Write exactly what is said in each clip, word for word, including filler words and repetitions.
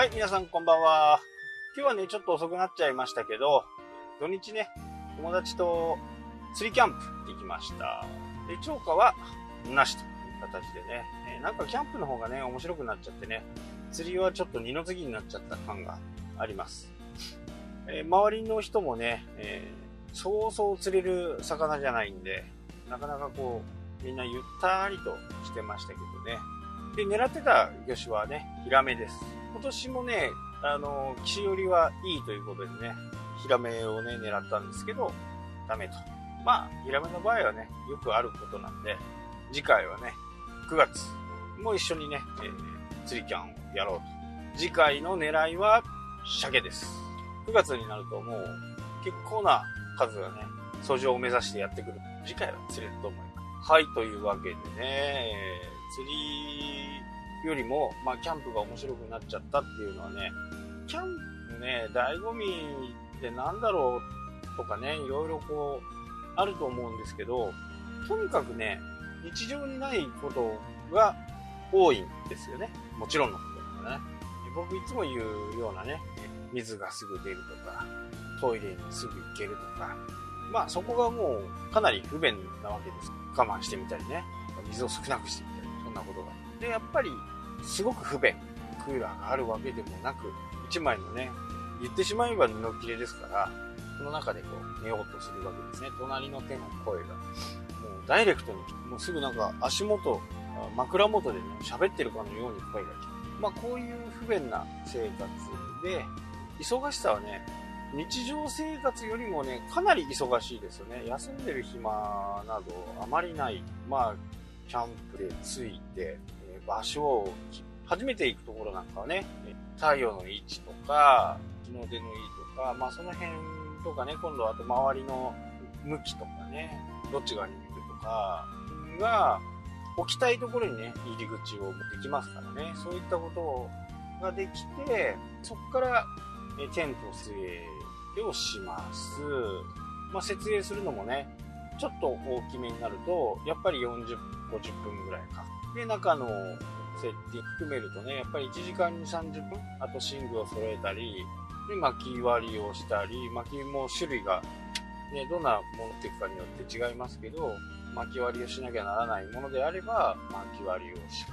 はい、皆さんこんばんは。今日はね、ちょっと遅くなっちゃいましたけど、土日ね、友達と釣りキャンプ行きました。で、釣果はなしという形でね、えー、なんかキャンプの方がね、面白くなっちゃってね、釣りはちょっと二の次になっちゃった感があります。えー、周りの人もね、えー、そうそう釣れる魚じゃないんで、なかなかこう、みんなゆったりとしてましたけどね。で、狙ってた魚種はね、ヒラメです。今年もね、あの、岸寄りはいいということでね、ヒラメをね、狙ったんですけど、ダメと。まあ、ヒラメの場合はね、よくあることなんで、次回はね、くがつも一緒にね、えー、釣りキャンをやろうと。次回の狙いは、鮭です。くがつになるともう、結構な数がね、遡上を目指してやってくる。次回は釣れると思います。はい、というわけでね、えー、釣りよりも、まあ、キャンプが面白くなっちゃったっていうのはね、キャンプね、醍醐味ってなんだろうとかね、いろいろこう、あると思うんですけど、とにかくね、日常にないことが多いんですよね。もちろんのことだからね。僕いつも言うようなね、水がすぐ出るとか、トイレにすぐ行けるとか、まあそこがもうかなり不便なわけです。我慢してみたりね、水を少なくしてみたり、そんなことが。で、やっぱりすごく不便。クーラーがあるわけでもなく、一枚のね、言ってしまえば布切れですから、その中でこう寝ようとするわけですね。隣の手の声が。もうダイレクトに、もうすぐなんか足元、枕元でね、喋ってるかのように声が来て。まあこういう不便な生活で、忙しさはね、日常生活よりもね、かなり忙しいですよね。休んでる暇などあまりない。まあ、キャンプで着いて、場所を初めて行くところなんかはね、太陽の位置とか、日の出の位置とか、まあその辺とかね、今度はあと周りの向きとかね、どっち側に向くとかが、置きたいところにね、入り口を持ってきますからね、そういったことができて、そこからテント設営をします。まあ設営するのもね、ちょっと大きめになると、やっぱりよんじゅう、ごじゅっぷんぐらいか。で、中のセッティング含めるとね、やっぱりいちじかんにさんじゅっぷん、あと寝具を揃えたり、で、巻き割りをしたり、巻きも種類が、ね、どんなものっていくかによって違いますけど、巻き割りをしなきゃならないものであれば、巻き割りをして、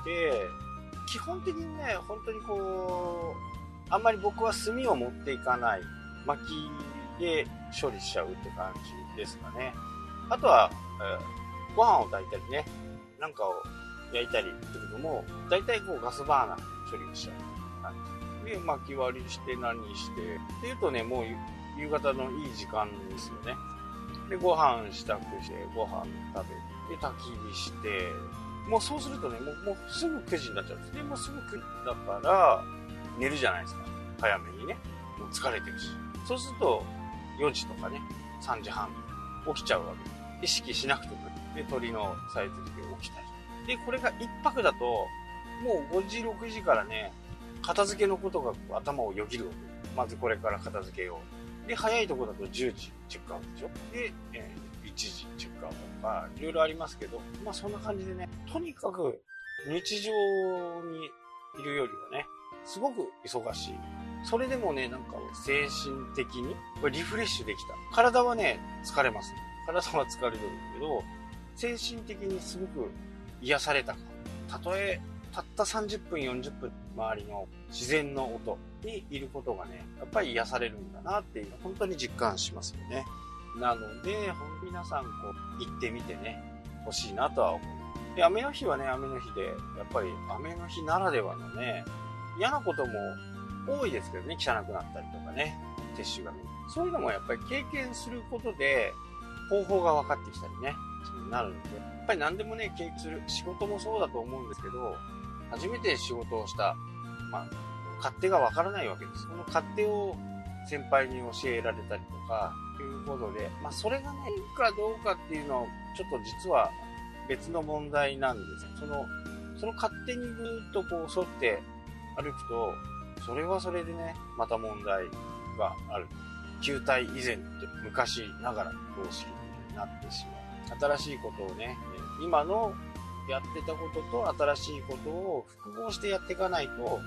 基本的にね、本当にこう、あんまり僕は炭を持っていかない、薪で処理しちゃうって感じですかね。あとは、えー、ご飯を炊いたりね、なんかを焼いたりするのも、だいたいこうガスバーナー処理をしちゃう感じ。で、巻き割りして何して、っていうとね、もう夕方のいい時間ですよね。で、ご飯支度して、ご飯食べて、焚き火して、もうそうするとね、もう、もうすぐくじになっちゃうんです。で、もうすぐくじだから、寝るじゃないですか。早めにね。もう疲れてるし。そうすると、よじとかね、さんじはん起きちゃうわけです。意識しなくても。で、鳥のさえずりで起きたり。で、これが一泊だと、もうごじ、ろくじからね、片付けのことが頭をよぎるわけです。まずこれから片付けよう。で、早いところだとじゅうじチェックアウトでしょ。で、えー、いちじチェックアウトとか、いろいろありますけど、まあそんな感じでね、とにかく日常にいるよりはね、すごく忙しい。それでもね、なんか精神的にこれリフレッシュできた。体はね、疲れます。体は疲れるんだけど、精神的にすごく癒されたか。たとえ、たったさんじゅっぷん、よんじゅっぷん、周りの自然の音にいることがね、やっぱり癒されるんだなっていう、本当に実感しますよね。なので、本当に皆さん、こう、行ってみてね、欲しいなとは思う。で、雨の日はね、雨の日で、やっぱり雨の日ならではのね、嫌なことも多いですけどね、汚くなったりとかね、撤収がね。そういうのもやっぱり経験することで、方法が分かってきたりね、なるので、やっぱり何でもね、経験する、仕事もそうだと思うんですけど、初めて仕事をした、まあ、勝手が分からないわけです。この勝手を先輩に教えられたりとか、いうことで、まあ、それがね、いいかどうかっていうのは、ちょっと実は別の問題なんですよ。その、その勝手にぐーっとこう沿って歩くと、それはそれでね、また問題がある。旧体以前って昔ながらの方式になってしまう。新しいことをね、今のやってたことと新しいことを複合してやっていかないと、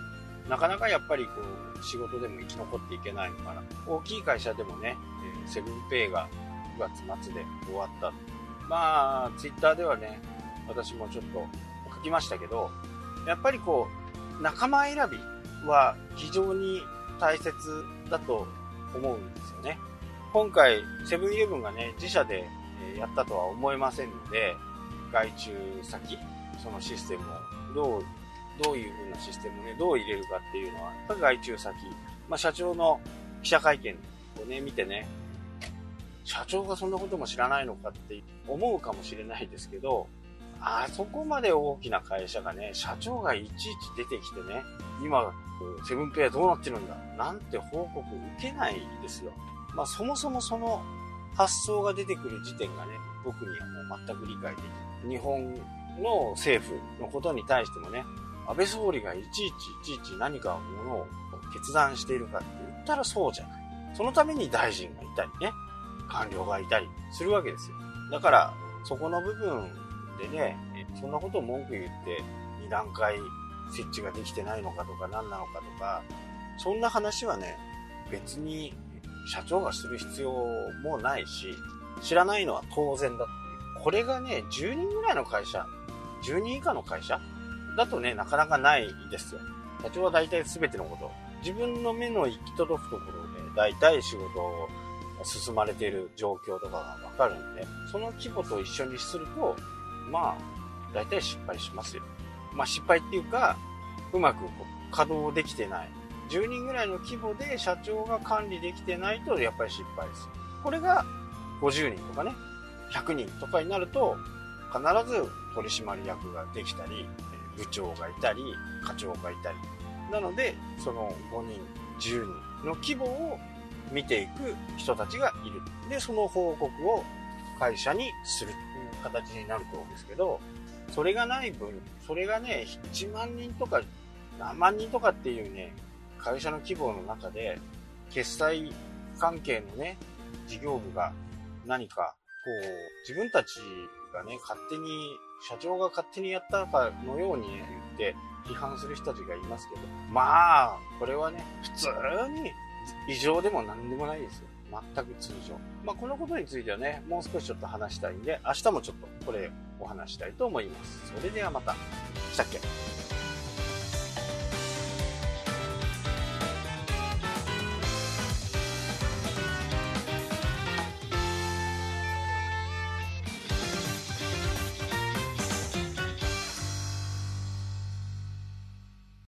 なかなかやっぱりこう、仕事でも生き残っていけないのかな。大きい会社でもね、セブンペイがくがつ末で終わった。まあ、ツイッターではね、私もちょっと書きましたけど、やっぱりこう、仲間選びは非常に大切だと思うんですよね。今回、セブンイレブンがね、自社でやったとは思えませんので、外注先、そのシステムをどう、どういう風なシステムをね、どう入れるかっていうのは、やっぱり外注先、まあ社長の記者会見をね、見てね、社長がそんなことも知らないのかって思うかもしれないですけど、あそこまで大きな会社がね、社長がいちいち出てきてね、今、セブンペイはどうなってるんだなんて報告受けないですよ。まあそもそもその発想が出てくる時点がね、僕にはもう全く理解できない。日本の政府のことに対してもね、安倍総理がいちいちいちいち何かものを決断しているかって言ったらそうじゃない。そのために大臣がいたりね、官僚がいたりするわけですよ。だから、そこの部分でね、そんなことを文句言ってに段階設置ができてないのかとか何なのかとか、そんな話はね、別に社長がする必要もないし、知らないのは当然だっていう。これがね、じゅうにんぐらいの会社、じゅうにん以下の会社だとね、なかなかないですよ。社長は大体全てのこと、自分の目の行き届くところで大体仕事を進まれている状況とかがわかるんで、その規模と一緒にすると、まあ、大体失敗しますよ。まあ失敗っていうか、うまく稼働できてない。じゅうにんぐらいの規模で社長が管理できてないとやっぱり失敗です。これがごじゅうにんとかね、ひゃくにんとかになると、必ず取締役ができたり、部長がいたり、課長がいたり。なので、そのごにん、じゅうにんの規模を見ていく人たちがいる。で、その報告を会社にするっていう形になると思うんですけど、それがない分、それがね、いちまんにんとか何万人とかっていうね、会社の規模の中で、決済関係のね、事業部が何か、こう、自分たちがね、勝手に、社長が勝手にやったかのように、ね、言って批判する人たちがいますけど、まあ、これはね、普通に異常でも何でもないですよ。全く通常。まあ、このことについてはね、もう少しちょっと話したいんで、明日もちょっとこれお話したいと思います。それではまた。したっけ